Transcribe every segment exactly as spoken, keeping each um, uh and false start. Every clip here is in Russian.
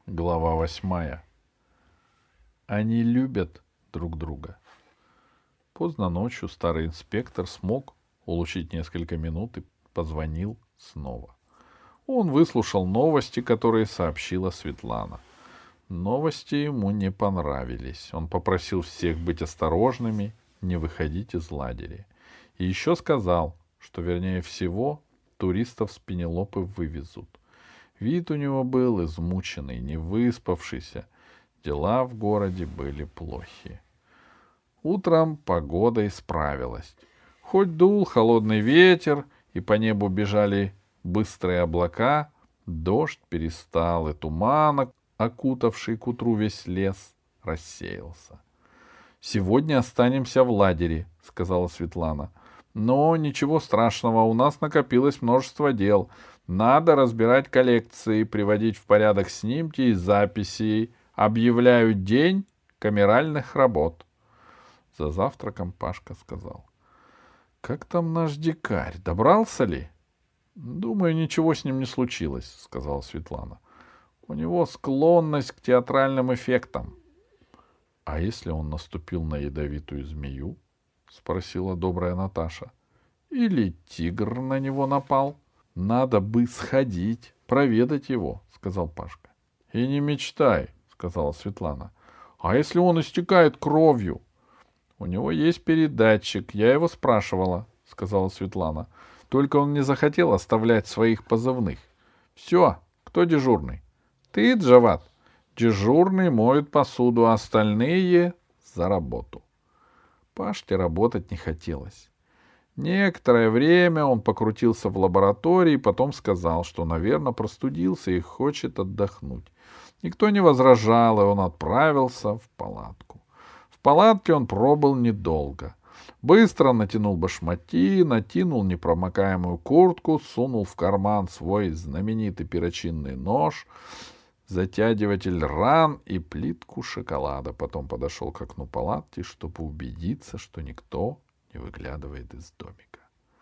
Глава восьмая. Они любят друг друга. Поздно ночью старый инспектор смог улучшить несколько минут и позвонил снова. Он выслушал новости, которые сообщила Светлана. Новости ему не понравились. Он попросил всех быть осторожными, не выходить из лагеря. И еще сказал, что, вернее всего, туристов с Пенелопы вывезут. Вид у него был измученный, невыспавшийся. Дела в городе были плохи. Утром погода исправилась. Хоть дул холодный ветер, и по небу бежали быстрые облака, дождь перестал, и туман, окутавший к утру весь лес, рассеялся. «Сегодня останемся в лагере», — сказала Светлана. «Но ничего страшного, у нас накопилось множество дел. Надо разбирать коллекции, приводить в порядок снимки и записи. Объявляю день камеральных работ». За завтраком Пашка сказал: «Как там наш дикарь? Добрался ли?» «Думаю, ничего с ним не случилось», — сказала Светлана. «У него склонность к театральным эффектам». «А если он наступил на ядовитую змею?» — спросила добрая Наташа. «Или тигр на него напал?» «Надо бы сходить, проведать его», — сказал Пашка. «И не мечтай», — сказала Светлана. «А если он истекает кровью?» «У него есть передатчик, я его спрашивала», — сказала Светлана. «Только он не захотел оставлять своих позывных. Все, кто дежурный?» «Ты, Джават. Дежурный моет посуду, а остальные — за работу». Пашке работать не хотелось. Некоторое время он покрутился в лаборатории, потом сказал, что, наверное, простудился и хочет отдохнуть. Никто не возражал, и он отправился в палатку. В палатке он пробыл недолго. Быстро натянул башмаки, накинул непромокаемую куртку, сунул в карман свой знаменитый перочинный нож, затягиватель ран и плитку шоколада. Потом подошел к окну палатки, чтобы убедиться, что никто не выглядывает из домика.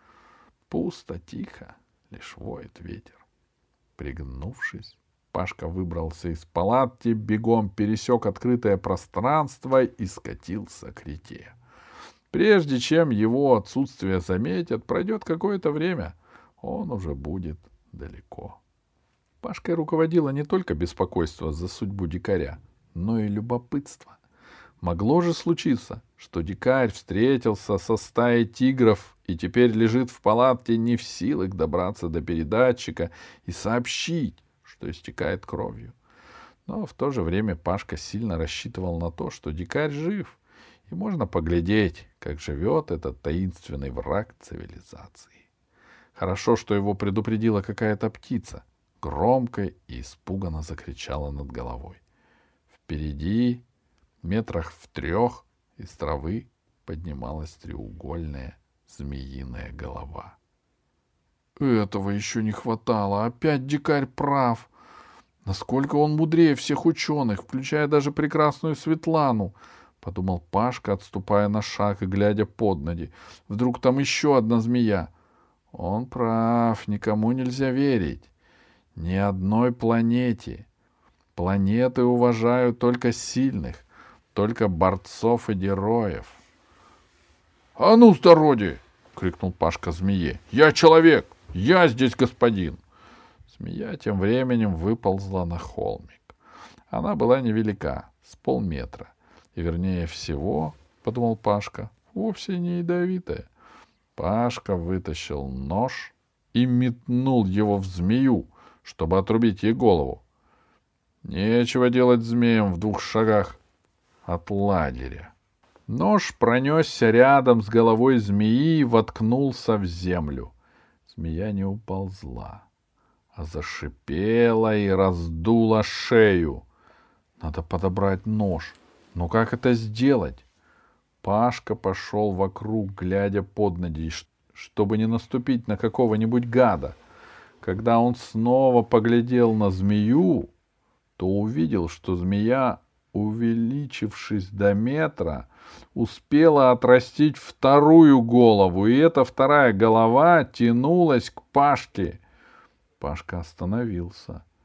Пусто, тихо, лишь воет ветер. Пригнувшись, Пашка выбрался из палатки, бегом пересек открытое пространство и скатился к реке. Прежде чем его отсутствие заметят, пройдет какое-то время, он уже будет далеко. Пашкой руководило не только беспокойство за судьбу дикаря, но и любопытство. Могло же случиться, что дикарь встретился со стаей тигров и теперь лежит в палатке не в силах добраться до передатчика и сообщить, что истекает кровью. Но в то же время Пашка сильно рассчитывал на то, что дикарь жив, и можно поглядеть, как живет этот таинственный враг цивилизации. Хорошо, что его предупредила какая-то птица, громко и испуганно закричала над головой. Впереди, метрах в трех, из травы поднималась треугольная змеиная голова. Этого еще не хватало. Опять дикарь прав. Насколько он мудрее всех ученых, включая даже прекрасную Светлану, — подумал Пашка, отступая на шаг и глядя под ноги. Вдруг там еще одна змея. Он прав, никому нельзя верить. Ни одной планете. Планеты уважают только сильных, только борцов и героев. — А ну, с дороги! — крикнул Пашка змее. — Я человек! Я здесь господин! Змея тем временем выползла на холмик. Она была невелика, с полметра. И, вернее всего, — подумал Пашка, — вовсе не ядовитая. Пашка вытащил нож и метнул его в змею, чтобы отрубить ей голову. Нечего делать змеям в двух шагах от лагеря. Нож пронесся рядом с головой змеи и воткнулся в землю. Змея не уползла, а зашипела и раздула шею. Надо подобрать нож. Но как это сделать? Пашка пошел вокруг, глядя под ноги, чтобы не наступить на какого-нибудь гада. Когда он снова поглядел на змею, то увидел, что змея, увеличившись до метра, успела отрастить вторую голову, и эта вторая голова тянулась к Пашке. Пашка остановился.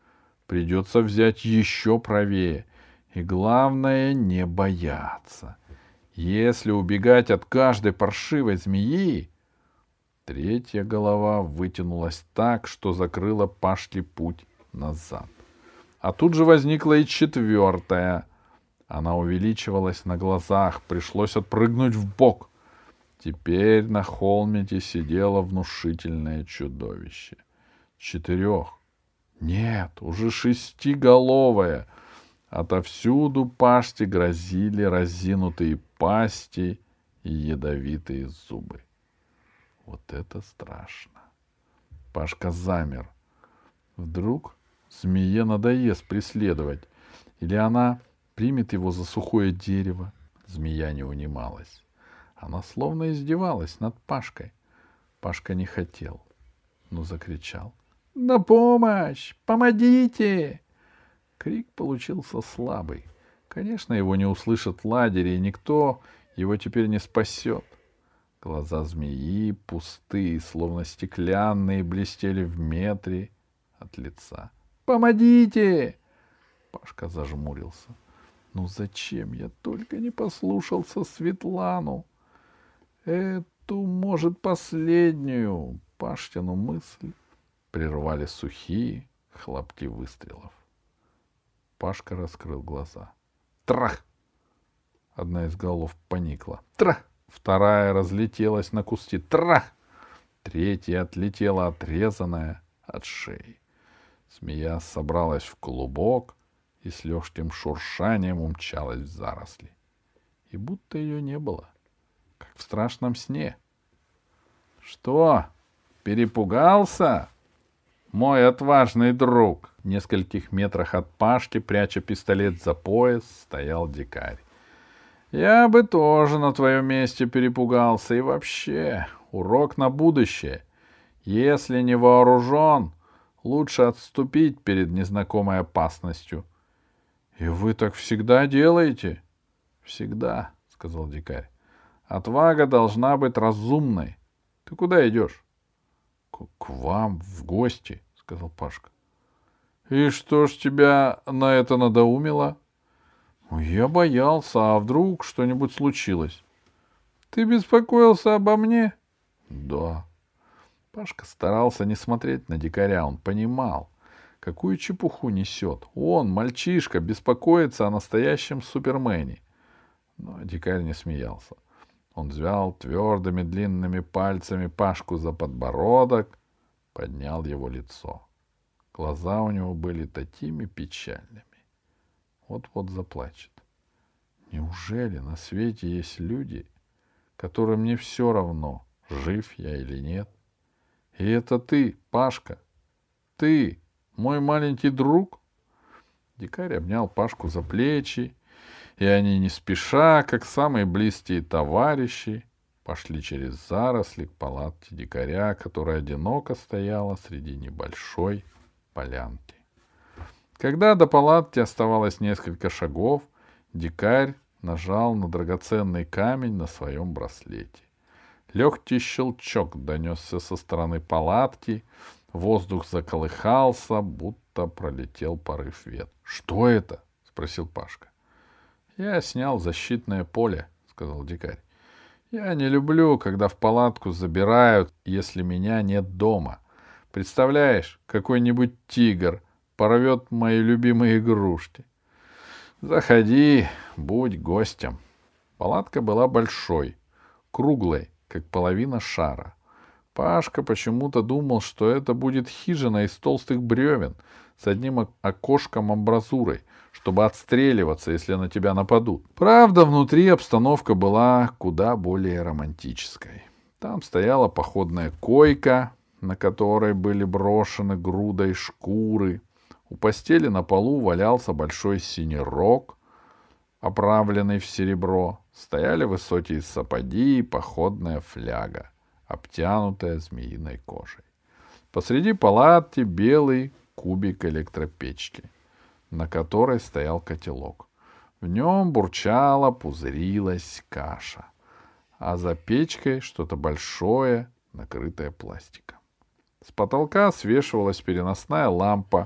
Придется взять еще правее. И главное, не бояться. Если убегать от каждой паршивой змеи... Третья голова вытянулась так, что закрыла Пашке путь назад. А тут же возникла и четвертая. Она увеличивалась на глазах, пришлось отпрыгнуть вбок. Теперь на холмике сидело внушительное чудовище. Четырех. Нет, уже шестиголовое. Отовсюду Пашке грозили разинутые пасти и ядовитые зубы. Вот это страшно. Пашка замер. Вдруг змее надоест преследовать, или она примет его за сухое дерево. Змея не унималась. Она словно издевалась над Пашкой. Пашка не хотел, но закричал: «На помощь! Помогите!» Крик получился слабый. Конечно, его не услышат в лагере, и никто его теперь не спасет. Глаза змеи, пустые, словно стеклянные, блестели в метре от лица. «Помогите!» Пашка зажмурился. «Ну зачем я только не послушался Светлану? Эту, может, последнюю Пашкину мысль прервали сухие хлопки выстрелов». Пашка раскрыл глаза. Трах! Одна из голов поникла. Трах! Вторая разлетелась на куски. Трах! Третья отлетела, отрезанная от шеи. Змея собралась в клубок и с легким шуршанием умчалась в заросли. И будто ее не было, как в страшном сне. — Что, перепугался, мой отважный друг? В нескольких метрах от Пашки, пряча пистолет за пояс, стоял дикарь. Я бы тоже на твоем месте перепугался. И вообще, урок на будущее. Если не вооружен, лучше отступить перед незнакомой опасностью. — И вы так всегда делаете? — Всегда, — сказал дикарь. — Отвага должна быть разумной. Ты куда идешь? — К вам в гости, — сказал Пашка. — И что ж тебя на это надоумило? — Я боялся, а вдруг что-нибудь случилось? — Ты беспокоился обо мне? — Да. Пашка старался не смотреть на дикаря. Он понимал, какую чепуху несет. Он, мальчишка, беспокоится о настоящем супермене. Но дикарь не смеялся. Он взял твердыми длинными пальцами Пашку за подбородок, поднял его лицо. Глаза у него были такими печальными. Вот-вот заплачет. Неужели на свете есть люди, которым не все равно, жив я или нет? И это ты, Пашка, ты, мой маленький друг? Дикарь обнял Пашку за плечи, и они не спеша, как самые близкие товарищи, пошли через заросли к палатке дикаря, которая одиноко стояла среди небольшой полянки. Когда до палатки оставалось несколько шагов, дикарь нажал на драгоценный камень на своем браслете. Легкий щелчок донесся со стороны палатки, воздух заколыхался, будто пролетел порыв ветра. — Что это? — спросил Пашка. — Я снял защитное поле, — сказал дикарь. — Я не люблю, когда в палатку забирают, если меня нет дома. Представляешь, какой-нибудь тигр порвет мои любимые игрушки. Заходи, будь гостем. Палатка была большой, круглой, как половина шара. Пашка почему-то думал, что это будет хижина из толстых бревен с одним окошком-амбразурой, чтобы отстреливаться, если на тебя нападут. Правда, внутри обстановка была куда более романтической. Там стояла походная койка, на которой были брошены грудой шкуры. У постели на полу валялся большой синий рог, оправленный в серебро. Стояли высокие сапоги и походная фляга, обтянутая змеиной кожей. Посреди палатки белый кубик электропечки, на которой стоял котелок. В нем бурчала, пузырилась каша, а за печкой что-то большое, накрытое пластиком. С потолка свешивалась переносная лампа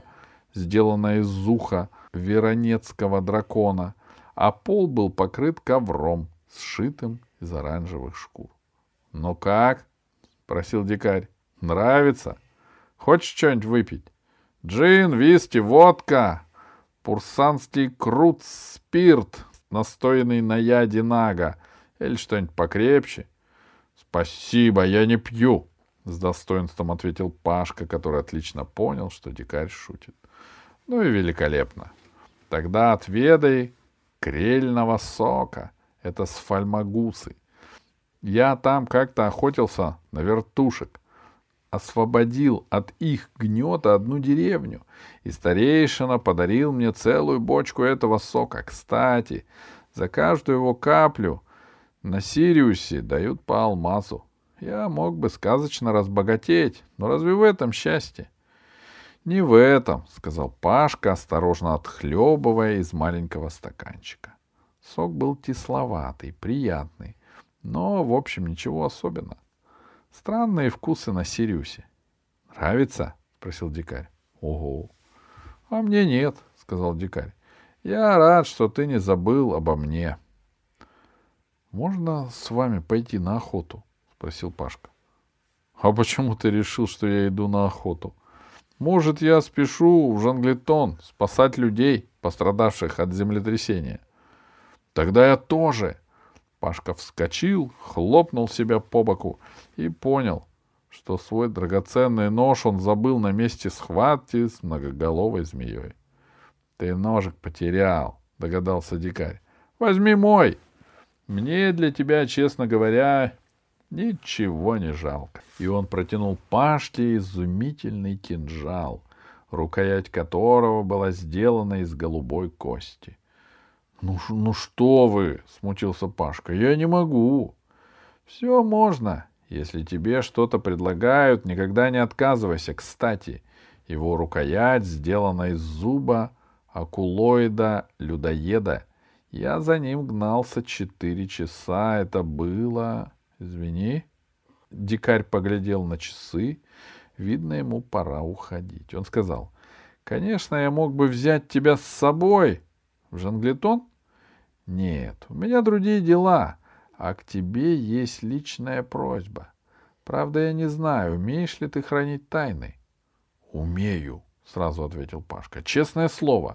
сделанная из уха веронецкого дракона, а пол был покрыт ковром, сшитым из оранжевых шкур. — Ну как? — спросил дикарь. — Нравится? Хочешь что-нибудь выпить? Джин, виски, водка, пурсанский крут, спирт, настоянный на яде нага, или что-нибудь покрепче? — Спасибо, я не пью, — с достоинством ответил Пашка, который отлично понял, что дикарь шутит. — Ну и великолепно. Тогда отведай крельного сока. Это с фальмагусы. Я там как-то охотился на вертушек. Освободил от их гнета одну деревню, и старейшина подарил мне целую бочку этого сока. Кстати, за каждую его каплю на Сириусе дают по алмазу. Я мог бы сказочно разбогатеть, но разве в этом счастье? — Не в этом, — сказал Пашка, осторожно отхлебывая из маленького стаканчика. Сок был кисловатый, приятный, но, в общем, ничего особенного. Странные вкусы на Сириусе. — Нравится? — спросил дикарь. — Ого! — А мне нет, — сказал дикарь. — Я рад, что ты не забыл обо мне. — Можно с вами пойти на охоту? — спросил Пашка. — А почему ты решил, что я иду на охоту? Может, я спешу в Жанглитон спасать людей, пострадавших от землетрясения? — Тогда я тоже. Пашка вскочил, хлопнул себя по боку и понял, что свой драгоценный нож он забыл на месте схватки с многоголовой змеей. — Ты ножик потерял, — догадался дикарь. — Возьми мой. Мне для тебя, честно говоря, ничего не жалко. И он протянул Пашке изумительный кинжал, рукоять которого была сделана из голубой кости. — Ну, ну что вы, — смутился Пашка, — я не могу. — Все можно. Если тебе что-то предлагают, никогда не отказывайся. Кстати, его рукоять сделана из зуба акулоида-людоеда. Я за ним гнался четыре часа. Это было... Извини. Дикарь поглядел на часы. Видно, ему пора уходить. Он сказал: — Конечно, я мог бы взять тебя с собой в Жанглитон. — Нет, у меня другие дела, а к тебе есть личная просьба. Правда, я не знаю, умеешь ли ты хранить тайны? — Умею, — сразу ответил Пашка. — Честное слово.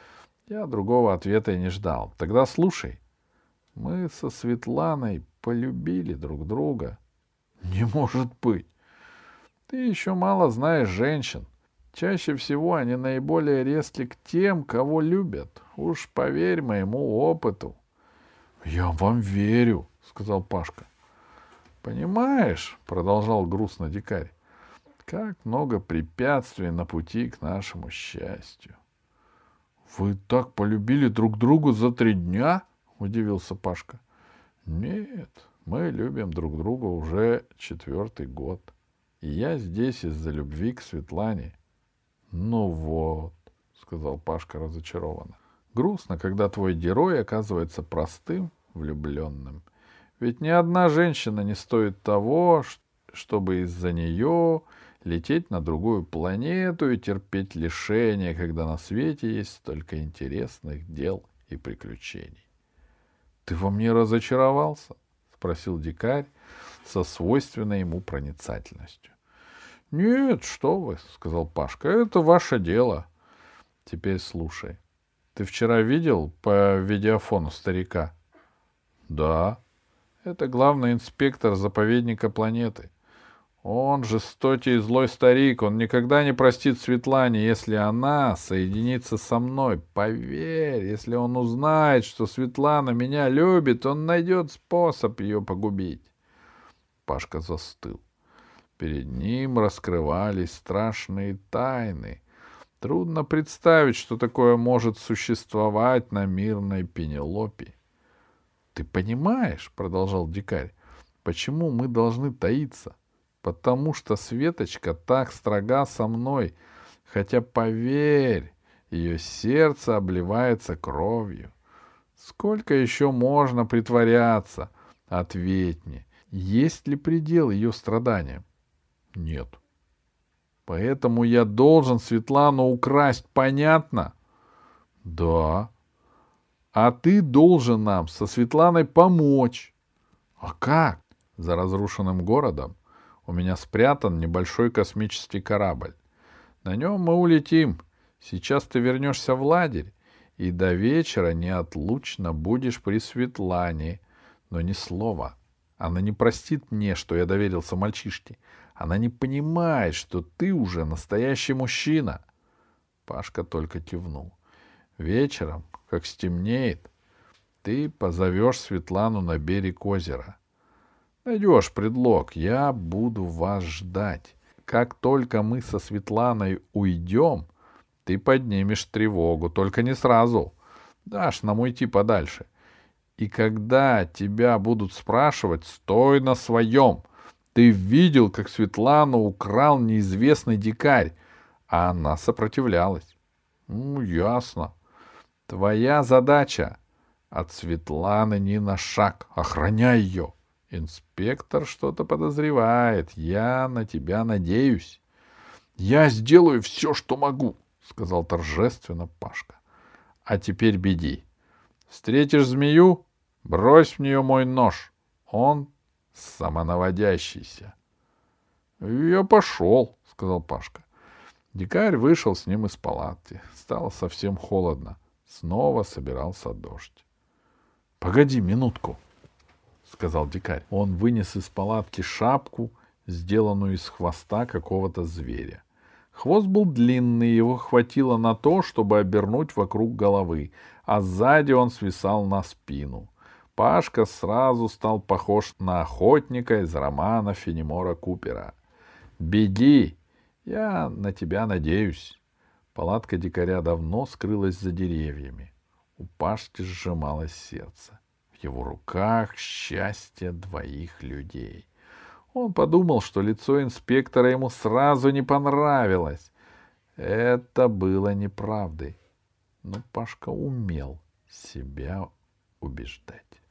Я другого ответа и не ждал. Тогда слушай. Мы со Светланой полюбили друг друга. — Не может быть. Ты еще мало знаешь женщин. Чаще всего они наиболее резки к тем, кого любят. Уж поверь моему опыту. — Я вам верю, — сказал Пашка. — Понимаешь, — продолжал грустно дикарь, — как много препятствий на пути к нашему счастью. — Вы так полюбили друг друга за три дня? — удивился Пашка. — Нет, мы любим друг друга уже четвертый год. И я здесь из-за любви к Светлане. — Ну вот, — сказал Пашка разочарованно. — Грустно, когда твой герой оказывается простым влюбленным. Ведь ни одна женщина не стоит того, чтобы из-за нее лететь на другую планету и терпеть лишения, когда на свете есть столько интересных дел и приключений. — Ты во мне разочаровался? — спросил дикарь со свойственной ему проницательностью. — Нет, что вы, — сказал Пашка, — это ваше дело. Теперь слушай. Ты вчера видел по видеофону старика? — Да. Это главный инспектор заповедника планеты. Он жестокий и злой старик. Он никогда не простит Светлане, если она соединится со мной. Поверь, если он узнает, что Светлана меня любит, он найдет способ ее погубить. Пашка застыл. Перед ним раскрывались страшные тайны. Трудно представить, что такое может существовать на мирной Пенелопе. — Ты понимаешь, — продолжал дикарь, — почему мы должны таиться? Потому что Светочка так строга со мной, хотя, поверь, ее сердце обливается кровью. Сколько еще можно притворяться? Ответь мне, есть ли предел ее страданиям? — Нет. Поэтому я должен Светлану украсть, понятно? Да. А ты должен нам со Светланой помочь. А как? За разрушенным городом у меня спрятан небольшой космический корабль. На нем мы улетим. Сейчас ты вернешься в лагерь, и до вечера неотлучно будешь при Светлане. Но ни слова. Она не простит мне, что я доверился мальчишке. Она не понимает, что ты уже настоящий мужчина. Пашка только кивнул. Вечером, как стемнеет, ты позовешь Светлану на берег озера. Найдешь предлог, я буду вас ждать. Как только мы со Светланой уйдем, ты поднимешь тревогу, только не сразу. Дашь нам уйти подальше. И когда тебя будут спрашивать, стой на своем. Ты видел, как Светлану украл неизвестный дикарь, а она сопротивлялась. Ну, ясно. Твоя задача — от Светланы ни на шаг. Охраняй ее. Инспектор что-то подозревает. Я на тебя надеюсь. — Я сделаю все, что могу, — сказал торжественно Пашка. — А теперь беги. Встретишь змею — брось в нее мой нож. Он самонаводящийся. — Я пошел, — сказал Пашка. Дикарь вышел с ним из палатки. Стало совсем холодно. Снова собирался дождь. — Погоди минутку, — сказал дикарь. Он вынес из палатки шапку, сделанную из хвоста какого-то зверя. Хвост был длинный, его хватило на то, чтобы обернуть вокруг головы, а сзади он свисал на спину. Пашка сразу стал похож на охотника из романа Фенемора Купера. «Беги! Я на тебя надеюсь!» Палатка дикаря давно скрылась за деревьями. У Пашки сжималось сердце. В его руках счастье двоих людей. Он подумал, что лицо инспектора ему сразу не понравилось. Это было неправдой. Но Пашка умел себя убеждать.